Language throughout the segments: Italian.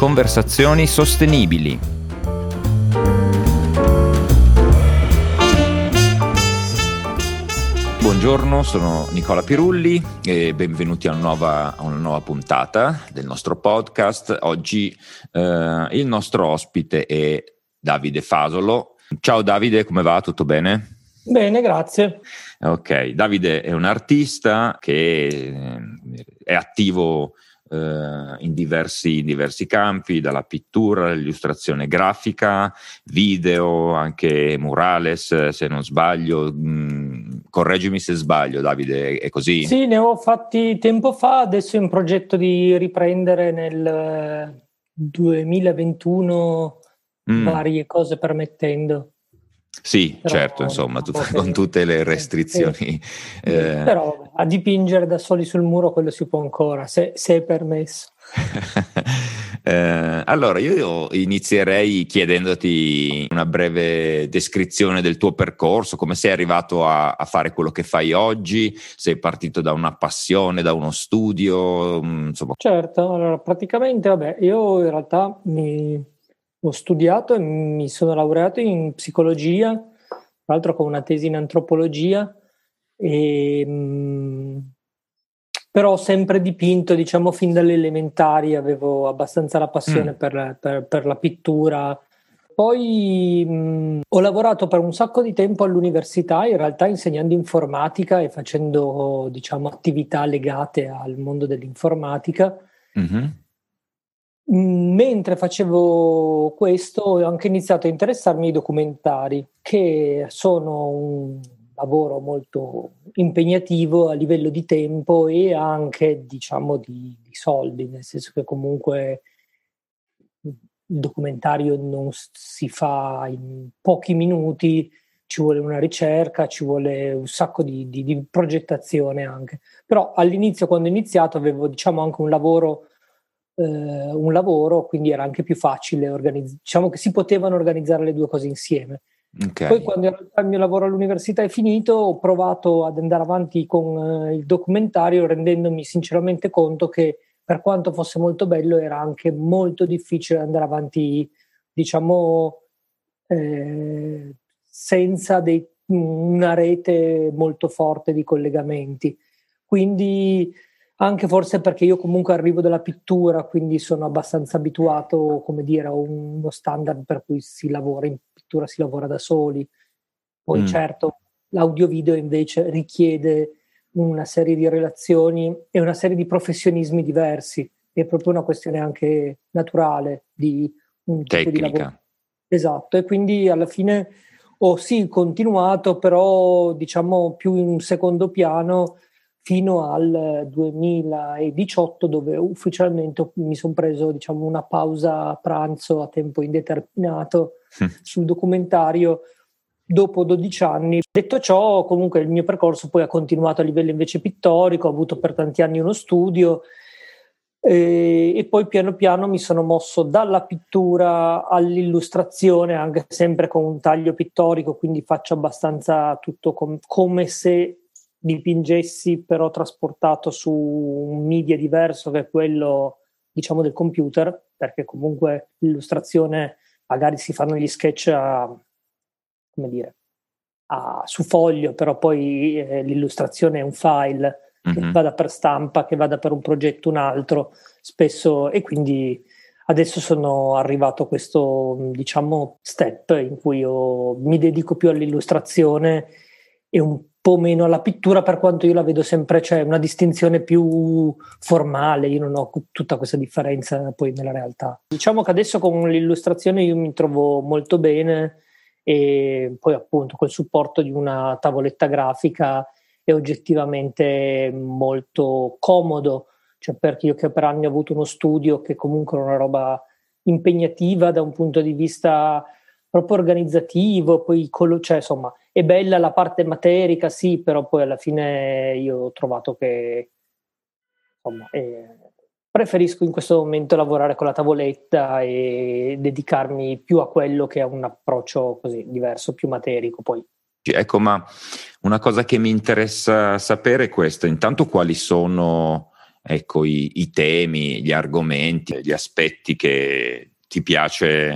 Conversazioni sostenibili. Buongiorno, sono Nicola Pirulli e benvenuti a una nuova puntata del nostro podcast. Oggi il nostro ospite è Davide Fasolo. Ciao Davide, come va? Tutto bene? Bene, grazie. Ok, Davide è un artista che è attivo in diversi campi, dalla pittura all'illustrazione grafica, video, anche murales, se non sbaglio. Correggimi se sbaglio, Davide, è così? Sì, ne ho fatti tempo fa, adesso è in progetto di riprendere nel 2021, varie cose permettendo. Sì, però, certo, insomma, con tutte le restrizioni. Però a dipingere da soli sul muro quello si può ancora, se è permesso. Allora, io inizierei chiedendoti una breve descrizione del tuo percorso, come sei arrivato a fare quello che fai oggi, sei partito da una passione, da uno studio, insomma. Certo, allora praticamente, io in realtà ho studiato e mi sono laureato in psicologia, tra l'altro con una tesi in antropologia, però ho sempre dipinto, diciamo, fin dalle elementari avevo abbastanza la passione per la pittura. Poi ho lavorato per un sacco di tempo all'università, in realtà insegnando informatica e facendo, diciamo, attività legate al mondo dell'informatica. Mm-hmm. Mentre facevo questo ho anche iniziato a interessarmi ai documentari, che sono un lavoro molto impegnativo a livello di tempo e anche, diciamo, di soldi, nel senso che comunque il documentario non si fa in pochi minuti, ci vuole una ricerca, ci vuole un sacco di progettazione anche. Però all'inizio, quando ho iniziato, avevo, diciamo, anche un lavoro, quindi era anche più facile diciamo che si potevano organizzare le due cose insieme. Okay. Poi quando il mio lavoro all'università è finito ho provato ad andare avanti con il documentario, rendendomi sinceramente conto che per quanto fosse molto bello era anche molto difficile andare avanti, diciamo, senza una rete molto forte di collegamenti. Quindi anche forse perché io comunque arrivo dalla pittura, quindi sono abbastanza abituato, come dire, a uno standard per cui si lavora in pittura, si lavora da soli. Poi certo l'audio-video invece richiede una serie di relazioni e una serie di professionismi diversi, è proprio una questione anche naturale di un tipo di lavoro. Esatto, e quindi alla fine ho sì continuato, però diciamo più in un secondo piano, fino al 2018, dove ufficialmente mi sono preso, diciamo, una pausa pranzo a tempo indeterminato sul documentario dopo 12 anni. Detto ciò, comunque il mio percorso poi ha continuato a livello invece pittorico, ho avuto per tanti anni uno studio e poi piano piano mi sono mosso dalla pittura all'illustrazione, anche sempre con un taglio pittorico, quindi faccio abbastanza tutto come se dipingessi, però trasportato su un media diverso che è quello, diciamo, del computer, perché comunque l'illustrazione magari si fanno gli sketch su foglio, però poi l'illustrazione è un file che vada per stampa, che vada per un progetto un altro, spesso, e quindi adesso sono arrivato a questo, diciamo, step in cui io mi dedico più all'illustrazione e un po' meno alla pittura, per quanto io la vedo sempre, c'è una distinzione più formale, io non ho tutta questa differenza poi nella realtà. Diciamo che adesso con l'illustrazione io mi trovo molto bene e poi appunto col supporto di una tavoletta grafica è oggettivamente molto comodo, cioè perché io che per anni ho avuto uno studio che comunque è una roba impegnativa da un punto di vista proprio organizzativo, poi cioè insomma è bella la parte materica, sì, però poi alla fine io ho trovato che insomma preferisco in questo momento lavorare con la tavoletta e dedicarmi più a quello che a un approccio così diverso, più materico poi. Ecco, ma una cosa che mi interessa sapere è questa: intanto quali sono ecco, i temi, gli argomenti, gli aspetti che ti piace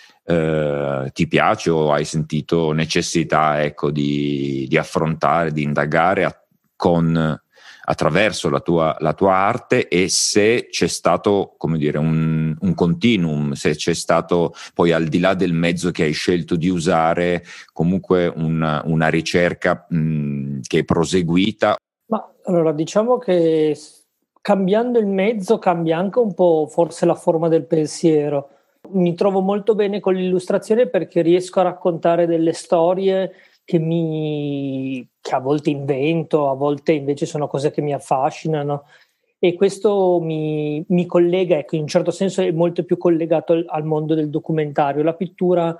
o hai sentito necessità, ecco, di affrontare, di indagare attraverso la tua arte, e se c'è stato, come dire, un continuum, se c'è stato poi, al di là del mezzo che hai scelto di usare, comunque una ricerca che è proseguita. Ma allora, diciamo che cambiando il mezzo cambia anche un po' forse la forma del pensiero. Mi trovo molto bene con l'illustrazione perché riesco a raccontare delle storie che a volte invento, a volte invece sono cose che mi affascinano, e questo mi collega, ecco, in un certo senso è molto più collegato al mondo del documentario. La pittura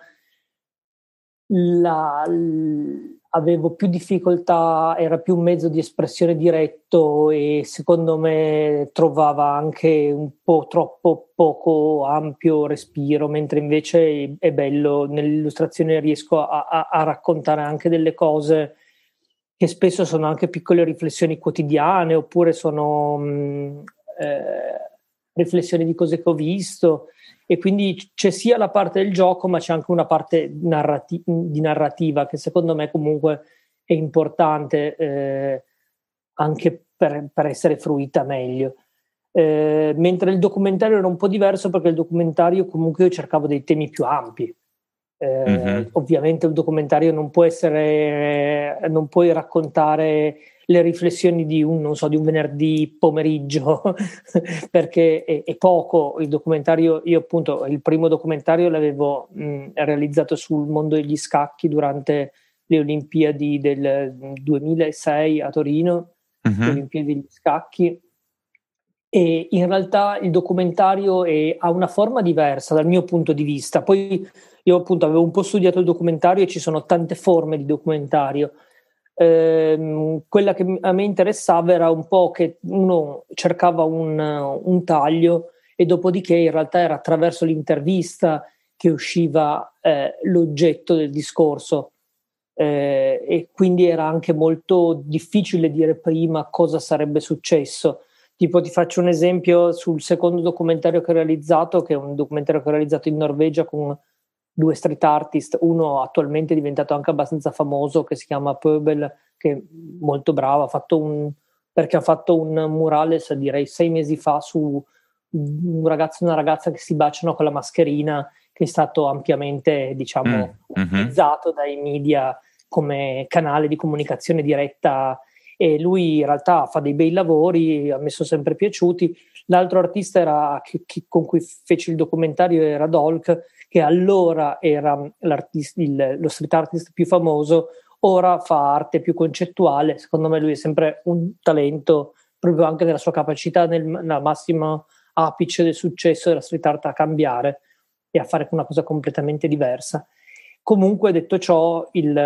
avevo più difficoltà, era più un mezzo di espressione diretto e secondo me trovava anche un po' troppo poco ampio respiro, mentre invece è bello, nell'illustrazione riesco a raccontare anche delle cose che spesso sono anche piccole riflessioni quotidiane, oppure sono riflessioni di cose che ho visto. E quindi c'è sia la parte del gioco, ma c'è anche una parte di narrativa che secondo me comunque è importante, anche per essere fruita meglio. Mentre il documentario era un po' diverso, perché il documentario comunque io cercavo dei temi più ampi. Ovviamente un documentario non può non puoi raccontare le riflessioni di un venerdì pomeriggio perché è poco. Il documentario, io appunto il primo documentario l'avevo realizzato sul mondo degli scacchi durante le Olimpiadi del 2006 a Torino, le Olimpiadi degli scacchi, e in realtà il documentario ha una forma diversa dal mio punto di vista. Poi io appunto avevo un po' studiato il documentario e ci sono tante forme di documentario. Quella che a me interessava era un po' che uno cercava un taglio, e dopodiché in realtà era attraverso l'intervista che usciva l'oggetto del discorso, e quindi era anche molto difficile dire prima cosa sarebbe successo. Tipo, ti faccio un esempio sul secondo documentario che ho realizzato, che è un documentario che ho realizzato in Norvegia con 2 street artist, uno attualmente è diventato anche abbastanza famoso, che si chiama Pöbel, che è molto bravo, perché ha fatto un murales, direi 6 mesi fa, su un ragazzo e una ragazza che si baciano con la mascherina, che è stato ampiamente, diciamo, utilizzato dai media come canale di comunicazione diretta, e lui in realtà fa dei bei lavori, a me sono sempre piaciuti. L'altro artista con cui fece il documentario era Dolk, che allora era lo street artist più famoso, ora fa arte più concettuale. Secondo me lui è sempre un talento, proprio anche nella sua capacità nella massima apice del successo della street art, a cambiare e a fare una cosa completamente diversa. Comunque, detto ciò,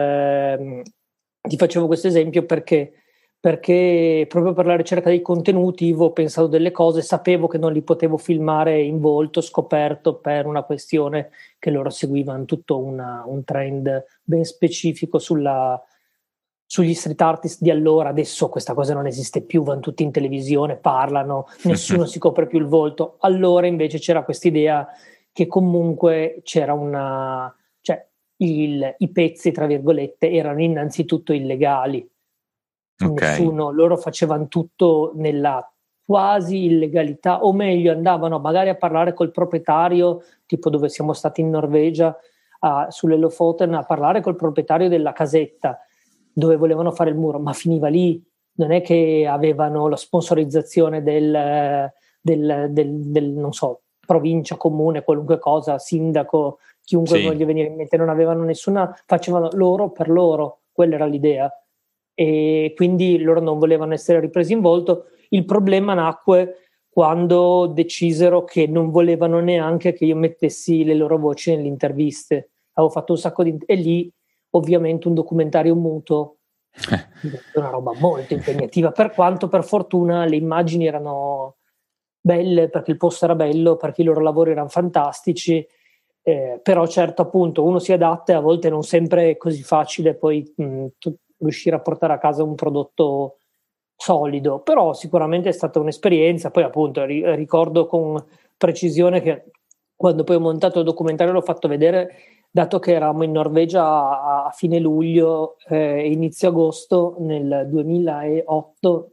ti facevo questo esempio perché proprio per la ricerca dei contenuti avevo pensato delle cose, sapevo che non li potevo filmare in volto scoperto per una questione che loro seguivano tutto un trend ben specifico sugli street artist di allora. Adesso questa cosa non esiste più, vanno tutti in televisione, parlano, nessuno si copre più il volto. Allora invece c'era quest'idea che comunque c'era cioè i pezzi, tra virgolette, erano innanzitutto illegali. Loro facevano tutto nella quasi illegalità, o meglio andavano magari a parlare col proprietario, tipo dove siamo stati in Norvegia sulle Lofoten, a parlare col proprietario della casetta dove volevano fare il muro, ma finiva lì. Non è che avevano la sponsorizzazione del non so, provincia, comune, qualunque cosa, sindaco, chiunque voglia venire in mente, non avevano nessuna, facevano loro per loro, quella era l'idea, e quindi loro non volevano essere ripresi in volto. Il problema nacque quando decisero che non volevano neanche che io mettessi le loro voci nelle interviste. Avevo fatto un sacco e lì ovviamente un documentario muto è una roba molto impegnativa, per quanto per fortuna le immagini erano belle, perché il posto era bello, perché i loro lavori erano fantastici, però certo, appunto, uno si adatta e a volte non sempre è così facile poi riuscire a portare a casa un prodotto solido, però sicuramente è stata un'esperienza. Poi appunto ricordo con precisione che quando poi ho montato il documentario l'ho fatto vedere, dato che eravamo in Norvegia a fine luglio e inizio agosto nel 2008,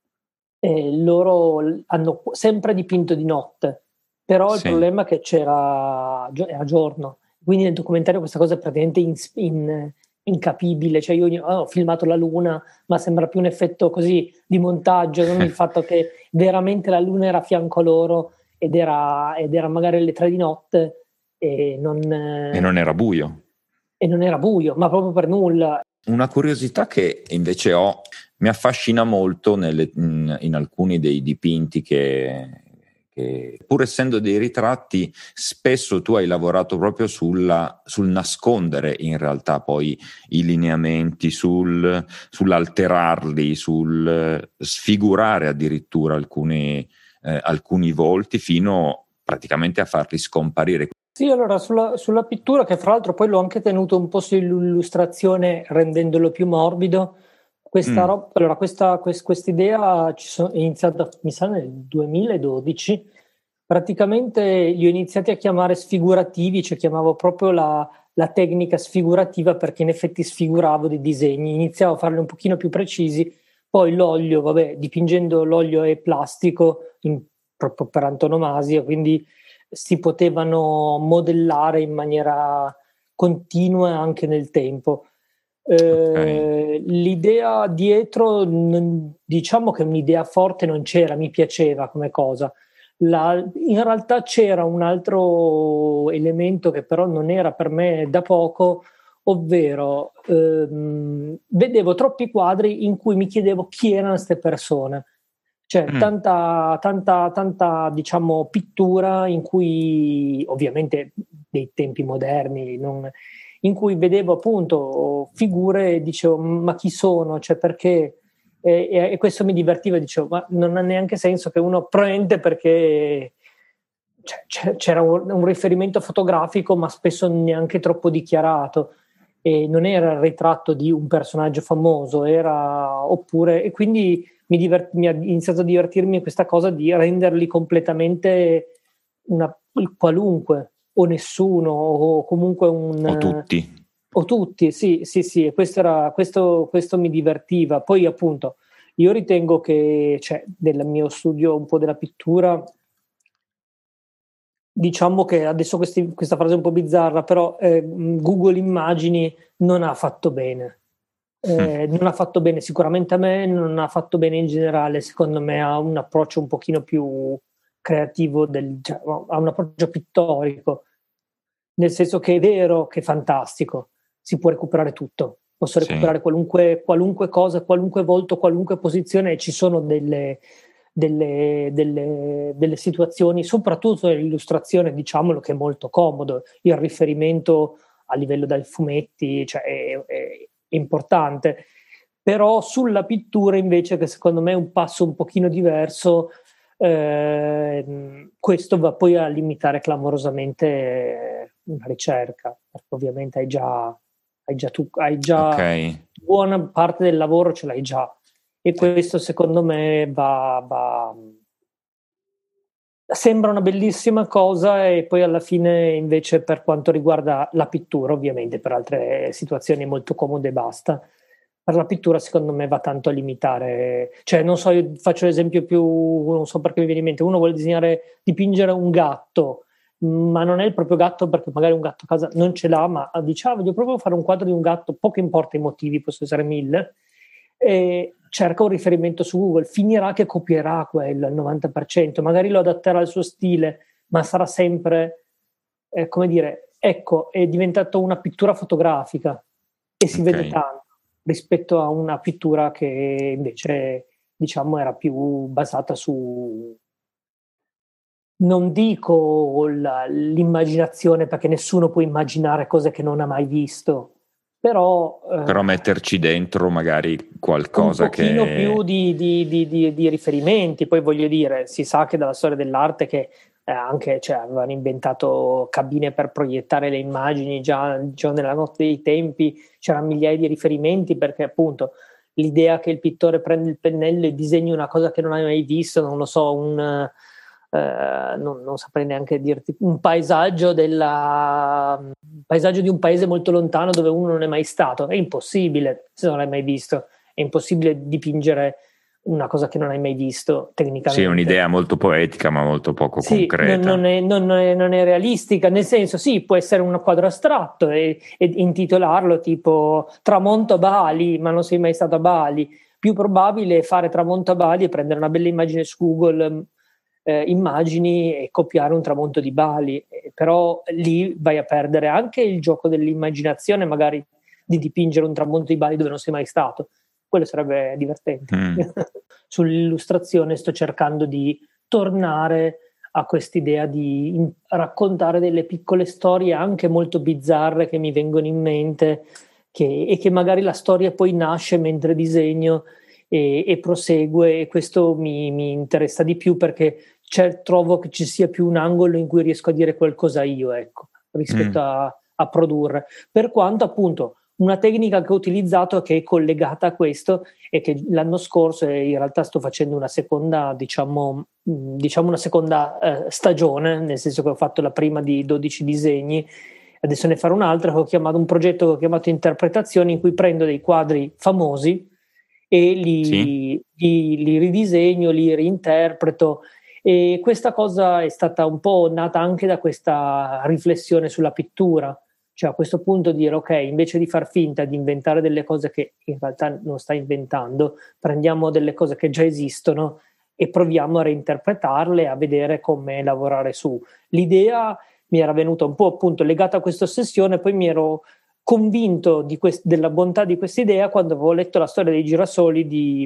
loro hanno sempre dipinto di notte, però il Sì. problema è che era giorno, quindi nel documentario questa cosa è praticamente incapibile, cioè io ho filmato la luna, ma sembra più un effetto così di montaggio, non il fatto che veramente la luna era a fianco a loro ed era magari alle 3 di notte E non era buio. e non era buio, ma proprio per nulla. Una curiosità che invece ho, mi affascina molto in alcuni dei dipinti che pur essendo dei ritratti, spesso tu hai lavorato proprio sul nascondere in realtà poi i lineamenti, sull'alterarli, sul sfigurare addirittura alcuni volti fino praticamente a farli scomparire. Sì, allora sulla pittura, che fra l'altro poi l'ho anche tenuto un po' sull'illustrazione rendendolo più morbido, questa idea è iniziata, mi sa, nel 2012. Praticamente li ho iniziati a chiamare sfigurativi, cioè chiamavo proprio la tecnica sfigurativa perché in effetti sfiguravo dei disegni, iniziavo a farli un pochino più precisi, poi l'olio, vabbè, dipingendo l'olio è plastico proprio per antonomasia, quindi si potevano modellare in maniera continua anche nel tempo. Okay. L'idea dietro, diciamo che un'idea forte non c'era, mi piaceva come cosa. In realtà c'era un altro elemento che però non era per me da poco, ovvero vedevo troppi quadri in cui mi chiedevo chi erano queste persone. Cioè, tanta, diciamo, pittura in cui, ovviamente, dei tempi moderni, in cui vedevo appunto figure e dicevo, ma chi sono? Cioè, perché? E questo mi divertiva, dicevo, ma non ha neanche senso che uno prende perché c'era un riferimento fotografico, ma spesso neanche troppo dichiarato. E non era il ritratto di un personaggio famoso, e quindi mi ha iniziato a divertirmi questa cosa di renderli completamente qualunque o nessuno o comunque O tutti. o tutti, sì, e questo mi divertiva. Poi appunto io ritengo che, cioè, nel mio studio un po' della pittura, diciamo che adesso questa frase è un po' bizzarra, però Google Immagini non ha fatto bene. Non ha fatto bene sicuramente a me, non ha fatto bene in generale, secondo me ha un approccio un pochino più creativo, cioè, ha un approccio pittorico, nel senso che è vero che è fantastico, si può recuperare tutto, posso Sì. recuperare qualunque cosa, qualunque volto, qualunque posizione, e ci sono delle situazioni, soprattutto nell'illustrazione, diciamolo, che è molto comodo, il riferimento a livello dai fumetti, cioè è importante, però sulla pittura invece, che secondo me è un passo un pochino diverso, questo va poi a limitare clamorosamente una ricerca, perché ovviamente hai già Okay. buona parte del lavoro ce l'hai già, e Sì. questo secondo me sembra una bellissima cosa, e poi alla fine invece, per quanto riguarda la pittura, ovviamente per altre situazioni molto comode e basta, per la pittura secondo me va tanto a limitare, cioè non so, io faccio l'esempio più, non so perché mi viene in mente, uno vuole dipingere un gatto, ma non è il proprio gatto perché magari un gatto a casa non ce l'ha, ma dice voglio proprio fare un quadro di un gatto, poco importa i motivi, possono essere 1000, e cerca un riferimento su Google, finirà che copierà quello al 90%, magari lo adatterà al suo stile, ma sarà sempre, come dire, ecco, è diventato una pittura fotografica e si vede Okay. tanto rispetto a una pittura che invece, diciamo, era più basata su, non dico l'immaginazione, perché nessuno può immaginare cose che non ha mai visto, però Però metterci dentro magari un qualcosa pochino più che di riferimenti. Poi voglio dire, si sa che dalla storia dell'arte che anche, cioè, avevano inventato cabine per proiettare le immagini già nella notte dei tempi, c'erano migliaia di riferimenti, perché appunto l'idea che il pittore prende il pennello e disegni una cosa che non hai mai visto, non lo so, non saprei neanche dirti, un paesaggio di un paese molto lontano dove uno non è mai stato. È impossibile, se non l'hai mai visto, è impossibile dipingere una cosa che non hai mai visto tecnicamente. Sì, è un'idea molto poetica ma molto poco concreta. Non è realistica, nel senso, sì, può essere un quadro astratto e intitolarlo tipo Tramonto a Bali, ma non sei mai stato a Bali. Più probabile è fare Tramonto a Bali e prendere una bella immagine su Google immagini e copiare un tramonto di Bali, però lì vai a perdere anche il gioco dell'immaginazione, magari di dipingere un tramonto di Bali dove non sei mai stato. Quello sarebbe divertente. Sull'illustrazione sto cercando di tornare a quest'idea di raccontare delle piccole storie anche molto bizzarre che mi vengono in mente e che magari la storia poi nasce mentre disegno e prosegue, e questo mi interessa di più perché trovo che ci sia più un angolo in cui riesco a dire qualcosa io, ecco, rispetto a produrre, per quanto appunto una tecnica che ho utilizzato che è collegata a questo e che l'anno scorso in realtà sto facendo una seconda una seconda stagione, nel senso che ho fatto la prima di 12 disegni, adesso ne farò un'altra che ho chiamato un progetto che ho chiamato Interpretazioni, in cui prendo dei quadri famosi e li ridisegno, li reinterpreto, e questa cosa è stata un po' nata anche da questa riflessione sulla pittura, cioè a questo punto dire ok, invece di far finta di inventare delle cose che in realtà non stai inventando, prendiamo delle cose che già esistono e proviamo a reinterpretarle, a vedere come lavorare su. L'idea mi era venuta un po' appunto legata a questa ossessione, poi mi ero convinto della bontà di questa idea quando avevo letto la storia dei girasoli di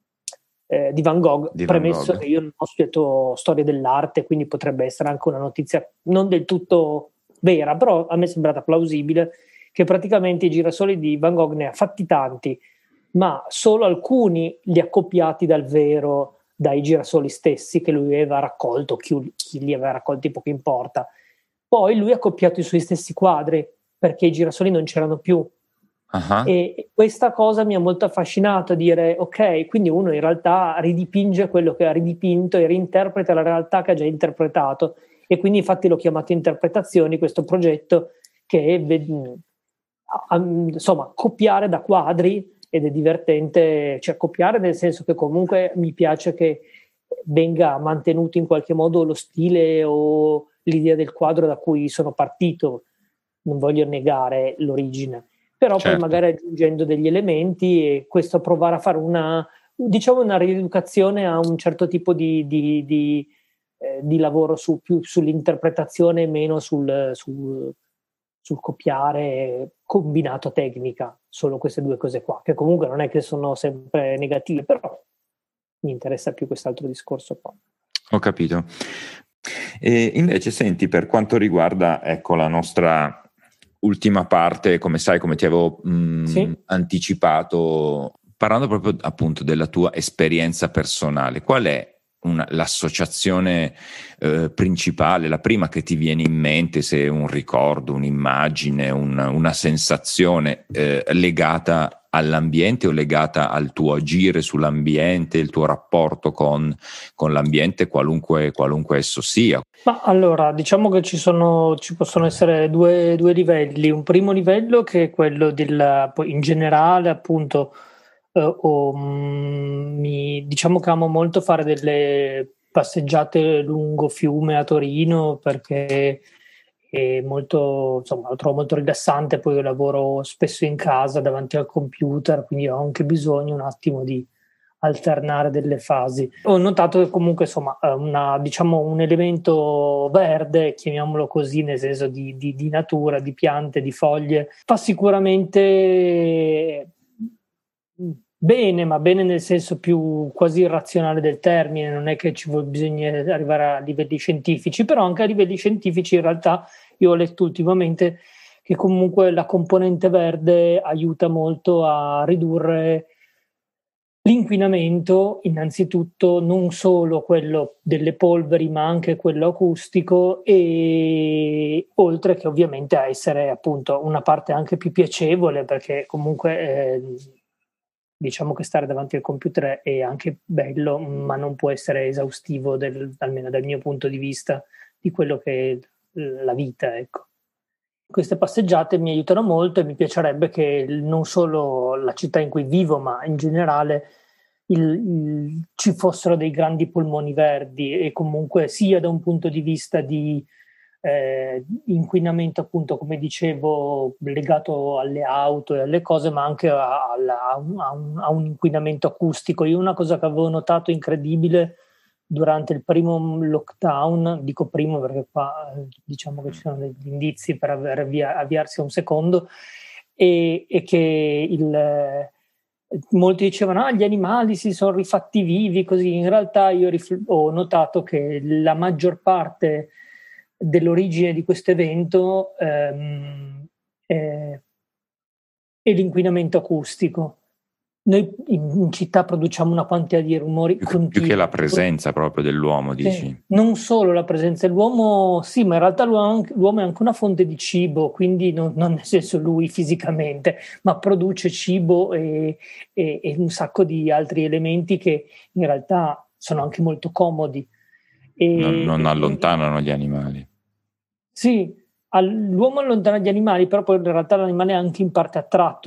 Van Gogh, premesso che io non ho studiato storia dell'arte, quindi potrebbe essere anche una notizia non del tutto vera, però a me è sembrata plausibile che praticamente i girasoli di Van Gogh ne ha fatti tanti, ma solo alcuni li ha copiati dal vero, dai girasoli stessi che lui aveva raccolto, chi li aveva raccolti poco importa. Poi lui ha copiato i suoi stessi quadri perché i girasoli non c'erano più. Uh-huh. E questa cosa mi ha molto affascinato, dire ok, quindi uno in realtà ridipinge quello che ha ridipinto e reinterpreta la realtà che ha già interpretato, e quindi infatti l'ho chiamato Interpretazioni, questo progetto che è insomma copiare da quadri, ed è divertente, cioè copiare nel senso che comunque mi piace che venga mantenuto in qualche modo lo stile o l'idea del quadro da cui sono partito, non voglio negare l'origine, però certo. Poi magari aggiungendo degli elementi, e questo provare a fare una rieducazione a un certo tipo di lavoro più sull'interpretazione e meno sul copiare combinato tecnica, solo queste due cose qua, che comunque non è che sono sempre negative, però mi interessa più quest'altro discorso qua. Ho capito. E invece senti, per quanto riguarda la nostra ultima parte, come sai, come ti avevo anticipato, parlando proprio appunto della tua esperienza personale, qual è l'associazione principale, la prima che ti viene in mente, se un ricordo, un'immagine, una sensazione legata all'ambiente o legata al tuo agire sull'ambiente, il tuo rapporto con l'ambiente, qualunque esso sia? Ma allora, diciamo che ci possono essere due livelli. Un primo livello che è quello poi in generale appunto diciamo che amo molto fare delle passeggiate lungo fiume a Torino, perché è molto, insomma, lo trovo molto rilassante. Poi io lavoro spesso in casa davanti al computer, quindi ho anche bisogno un attimo di alternare delle fasi. Ho notato che comunque insomma un elemento verde, chiamiamolo così, nel senso di natura, di piante, di foglie, fa sicuramente bene, ma bene nel senso più quasi irrazionale del termine. Non è che bisogna arrivare a livelli scientifici, però anche a livelli scientifici in realtà io ho letto ultimamente che comunque la componente verde aiuta molto a ridurre l'inquinamento, innanzitutto non solo quello delle polveri ma anche quello acustico, e oltre che ovviamente a essere appunto una parte anche più piacevole, perché comunque diciamo che stare davanti al computer è anche bello, ma non può essere esaustivo, almeno dal mio punto di vista, di quello che è la vita, ecco. Queste passeggiate mi aiutano molto e mi piacerebbe che non solo la città in cui vivo, ma in generale ci fossero dei grandi polmoni verdi, e comunque sia da un punto di vista di inquinamento, appunto, come dicevo, legato alle auto e alle cose, ma anche a un inquinamento acustico. Io una cosa che avevo notato incredibile durante il primo lockdown, dico primo perché qua diciamo che ci sono degli indizi per avviarsi a un secondo, e che molti dicevano gli animali si sono rifatti vivi così. In realtà io ho notato che la maggior parte dell'origine di questo evento è l'inquinamento acustico. Noi in città produciamo una quantità di rumori continui. Più che la presenza proprio dell'uomo, dici? Sì. Non solo la presenza dell'uomo, sì, ma in realtà l'uomo è anche una fonte di cibo, quindi non nel senso lui fisicamente, ma produce cibo e un sacco di altri elementi che in realtà sono anche molto comodi. Non allontanano gli animali. Sì, l'uomo allontana gli animali, però poi in realtà l'animale è anche in parte attratto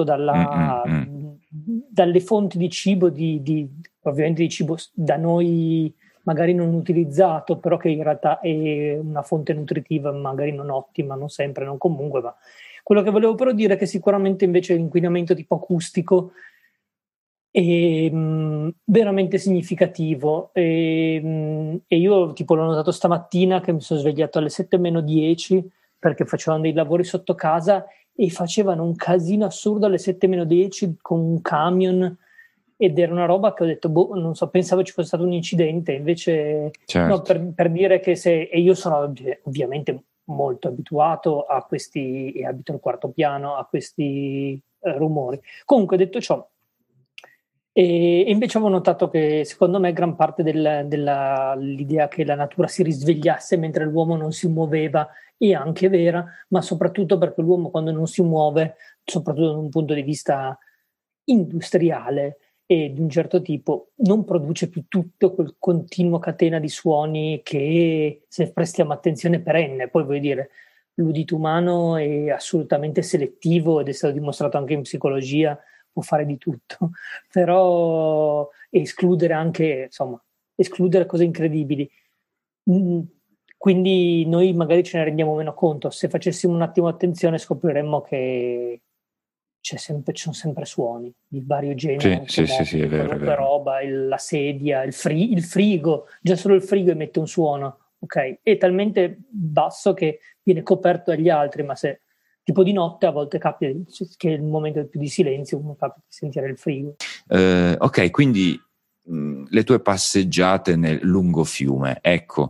dalle fonti di cibo, ovviamente di cibo da noi magari non utilizzato, però che in realtà è una fonte nutritiva, magari non ottima, non sempre, non comunque. Ma quello che volevo però dire è che sicuramente invece l'inquinamento tipo acustico è veramente significativo, e io tipo l'ho notato stamattina che mi sono svegliato alle 7:10 perché facevano dei lavori sotto casa e facevano un casino assurdo alle 7:10 con un camion, ed era una roba che ho detto non so, pensavo ci fosse stato un incidente, invece certo. no, per dire che e io sono ovviamente molto abituato a questi, e abito al quarto piano, a questi rumori. Comunque, detto ciò, e invece avevo notato che secondo me gran parte dell'idea che la natura si risvegliasse mentre l'uomo non si muoveva è anche vera, ma soprattutto perché l'uomo, quando non si muove, soprattutto da un punto di vista industriale e di un certo tipo, non produce più tutto quel continuo catena di suoni che, se prestiamo attenzione, è perenne. Poi vuol dire, l'udito umano è assolutamente selettivo ed è stato dimostrato anche in psicologia, può fare di tutto, però escludere cose incredibili. Quindi noi magari ce ne rendiamo meno conto. Se facessimo un attimo attenzione scopriremmo che ci sono sempre suoni di vario genere, Sì, è vero, qualunque roba, la sedia, il frigo, già solo il frigo emette un suono, ok? È talmente basso che viene coperto dagli altri, ma se tipo di notte a volte capita che è il momento più di silenzio, uno capita di sentire il frigo. Ok, quindi le tue passeggiate nel lungo fiume, ecco.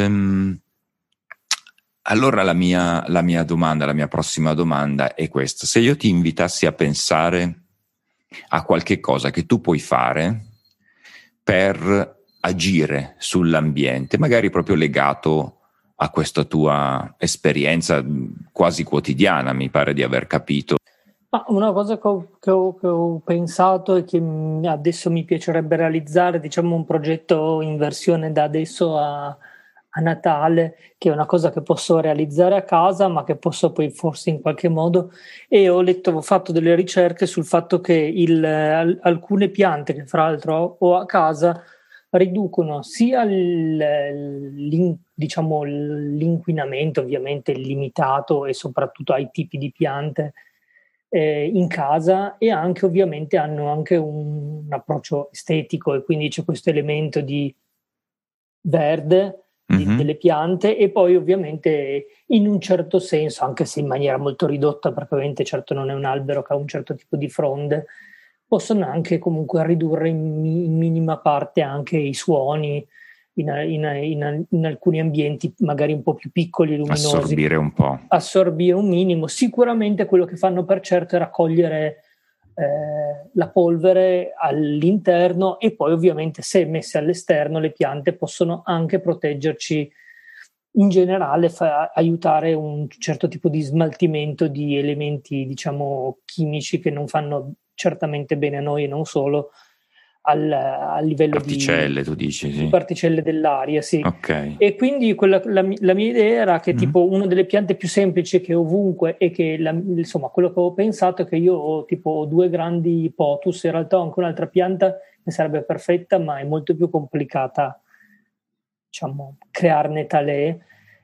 Allora la mia domanda, la mia prossima domanda è questa: se io ti invitassi a pensare a qualche cosa che tu puoi fare per agire sull'ambiente, magari proprio legato a questa tua esperienza quasi quotidiana, mi pare di aver capito. Ma una cosa che ho pensato e che adesso mi piacerebbe realizzare, diciamo un progetto in versione da adesso a Natale, che è una cosa che posso realizzare a casa, ma che posso poi forse in qualche modo, e ho fatto delle ricerche sul fatto che alcune piante che fra l'altro ho a casa riducono sia diciamo, l'inquinamento, ovviamente limitato e soprattutto ai tipi di piante in casa, e anche ovviamente hanno anche un approccio estetico, e quindi c'è questo elemento di verde delle piante, e poi ovviamente in un certo senso, anche se in maniera molto ridotta, perché ovviamente certo non è un albero che ha un certo tipo di fronde, possono anche comunque ridurre in minima parte anche i suoni in alcuni ambienti magari un po' più piccoli e luminosi. Assorbire un minimo. Sicuramente quello che fanno per certo è raccogliere la polvere all'interno, e poi ovviamente se messe all'esterno le piante possono anche proteggerci in generale, aiutare un certo tipo di smaltimento di elementi, diciamo, chimici che non fanno certamente bene a noi e non solo, al livello particelle, tu dici, sì. di particelle dell'aria, sì. Ok. E quindi la mia idea era che tipo una delle piante più semplici che ovunque, e che insomma quello che ho pensato è che io ho tipo 2 grandi pothos, in realtà ho anche un'altra pianta che sarebbe perfetta, ma è molto più complicata, diciamo, crearne tale.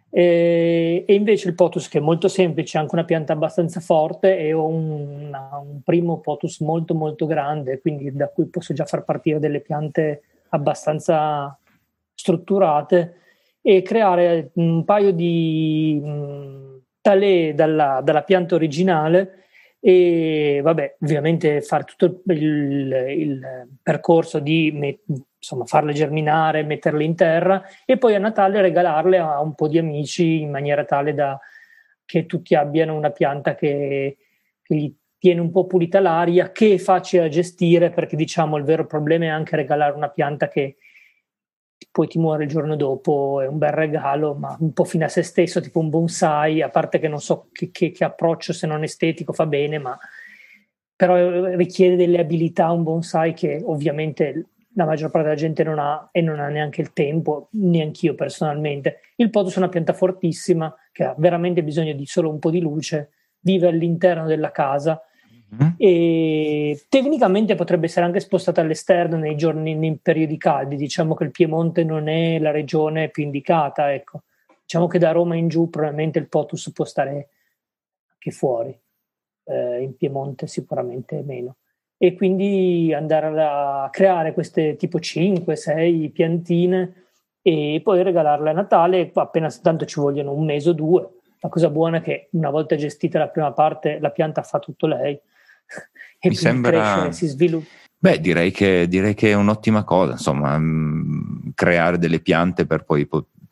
E invece il pothos, che è molto semplice, è anche una pianta abbastanza forte, e ho un primo pothos molto molto grande, quindi da cui posso già far partire delle piante abbastanza strutturate, e creare un paio di talee dalla pianta originale. E vabbè, ovviamente fare tutto il percorso di insomma, farle germinare, metterle in terra, e poi a Natale regalarle a un po' di amici, in maniera tale da che tutti abbiano una pianta che gli tiene un po' pulita l'aria, che è facile da gestire, perché diciamo il vero problema è anche regalare una pianta che poi ti muore il giorno dopo. È un bel regalo, ma un po' fine a se stesso, tipo un bonsai, a parte che non so che approccio, se non estetico, fa bene, ma però richiede delle abilità un bonsai che ovviamente la maggior parte della gente non ha, e non ha neanche il tempo, neanch'io personalmente. Il pothos è una pianta fortissima che ha veramente bisogno di solo un po' di luce, vive all'interno della casa, e tecnicamente potrebbe essere anche spostata all'esterno nei periodi caldi. Diciamo che il Piemonte non è la regione più indicata, ecco. Diciamo che da Roma in giù probabilmente il pothos può stare anche fuori, in Piemonte sicuramente meno. E quindi andare a creare queste tipo 5-6 piantine e poi regalarle a Natale, appena tanto ci vogliono un mese o 2. La cosa buona è che una volta gestita la prima parte, la pianta fa tutto lei e Mi quindi sembra... cresce, si sviluppa. Beh, direi che è un'ottima cosa, insomma, creare delle piante per poi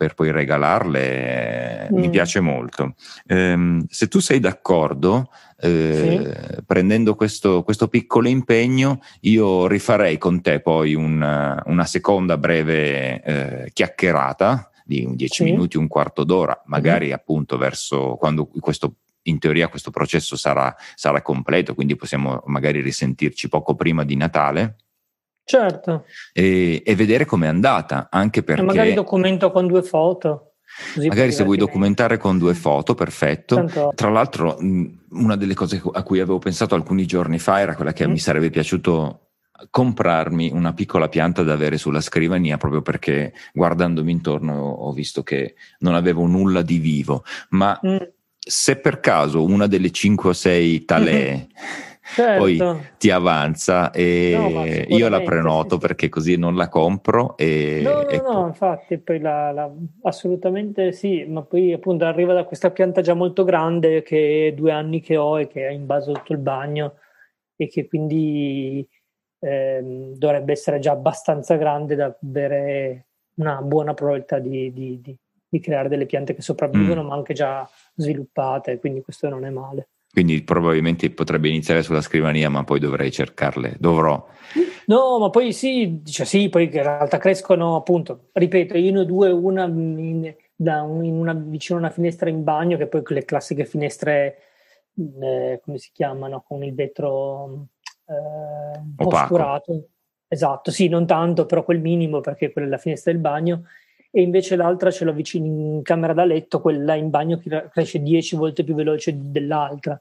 regalarle, mi piace molto. Se tu sei d'accordo, Sì. prendendo questo piccolo impegno, io rifarei con te poi una seconda breve chiacchierata di 10 minuti, un quarto d'ora, magari appunto verso quando in teoria questo processo sarà completo, quindi possiamo magari risentirci poco prima di Natale. Certo. E vedere com'è andata, anche perché... E magari documento con 2 foto. Così Magari se vuoi documentare con 2 foto, perfetto. Tanto... Tra l'altro, una delle cose a cui avevo pensato alcuni giorni fa era quella che mi sarebbe piaciuto comprarmi una piccola pianta da avere sulla scrivania, proprio perché guardandomi intorno ho visto che non avevo nulla di vivo, ma se per caso una delle 5 o 6 talee poi ti avanza, e io la prenoto, sì. Perché così non la compro no, infatti poi assolutamente sì, ma poi appunto arriva da questa pianta già molto grande, che è 2 anni che ho e che ha invaso tutto il bagno, e che quindi dovrebbe essere già abbastanza grande da avere una buona probabilità di creare delle piante che sopravvivono, ma anche già sviluppate, quindi questo non è male. Quindi probabilmente potrebbe iniziare sulla scrivania, ma poi dovrò. No, ma poi sì, dice sì, poi in realtà crescono, appunto, ripeto, io ne ho 2, una vicino a una finestra in bagno, che poi le classiche finestre, come si chiamano, con il vetro un po' oscurato. Esatto, sì, non tanto, però quel minimo, perché quella è la finestra del bagno. E invece l'altra ce l'ho vicino in camera da letto, quella in bagno che cresce 10 volte più veloce dell'altra.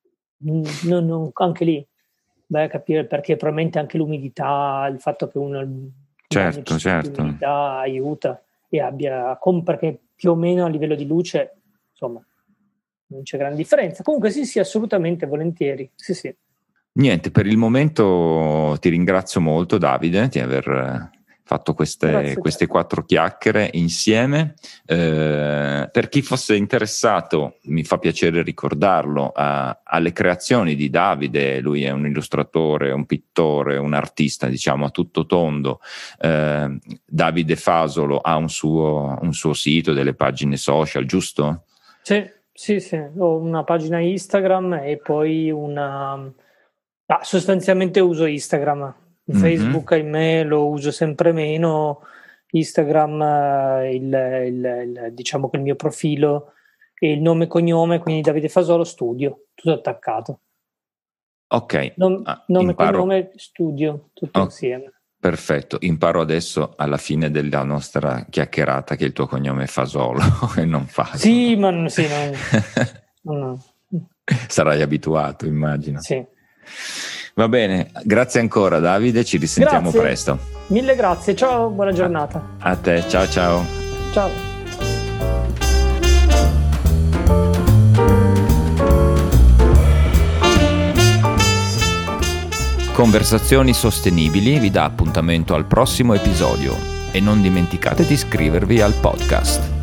Anche lì vai a capire perché, probabilmente anche l'umidità, il fatto che uno certo. l'umidità aiuta, e perché più o meno a livello di luce, insomma, non c'è grande differenza. Comunque sì, assolutamente, volentieri, sì. Niente, per il momento ti ringrazio molto, Davide, di aver fatto queste 4 chiacchiere insieme. Per chi fosse interessato, mi fa piacere ricordarlo, alle creazioni di Davide. Lui è un illustratore, un pittore, un artista, diciamo, a tutto tondo. Davide Fasolo ha un suo sito, delle pagine social, giusto? Sì, ho una pagina Instagram e poi sostanzialmente uso Instagram. Facebook, ahimè, lo uso sempre meno. Instagram, diciamo che il mio profilo e il nome e cognome, quindi Davide Fasolo Studio, tutto attaccato. Ok. Nome, cognome, studio, tutto insieme. Perfetto, imparo adesso alla fine della nostra chiacchierata che il tuo cognome è Fasolo e non Fasolo. Sì, ma no. Sarai abituato, immagino. Sì. Va bene, grazie ancora Davide, ci risentiamo presto. Mille grazie, ciao, buona giornata. A te, ciao. Ciao. Conversazioni Sostenibili vi dà appuntamento al prossimo episodio e non dimenticate di iscrivervi al podcast.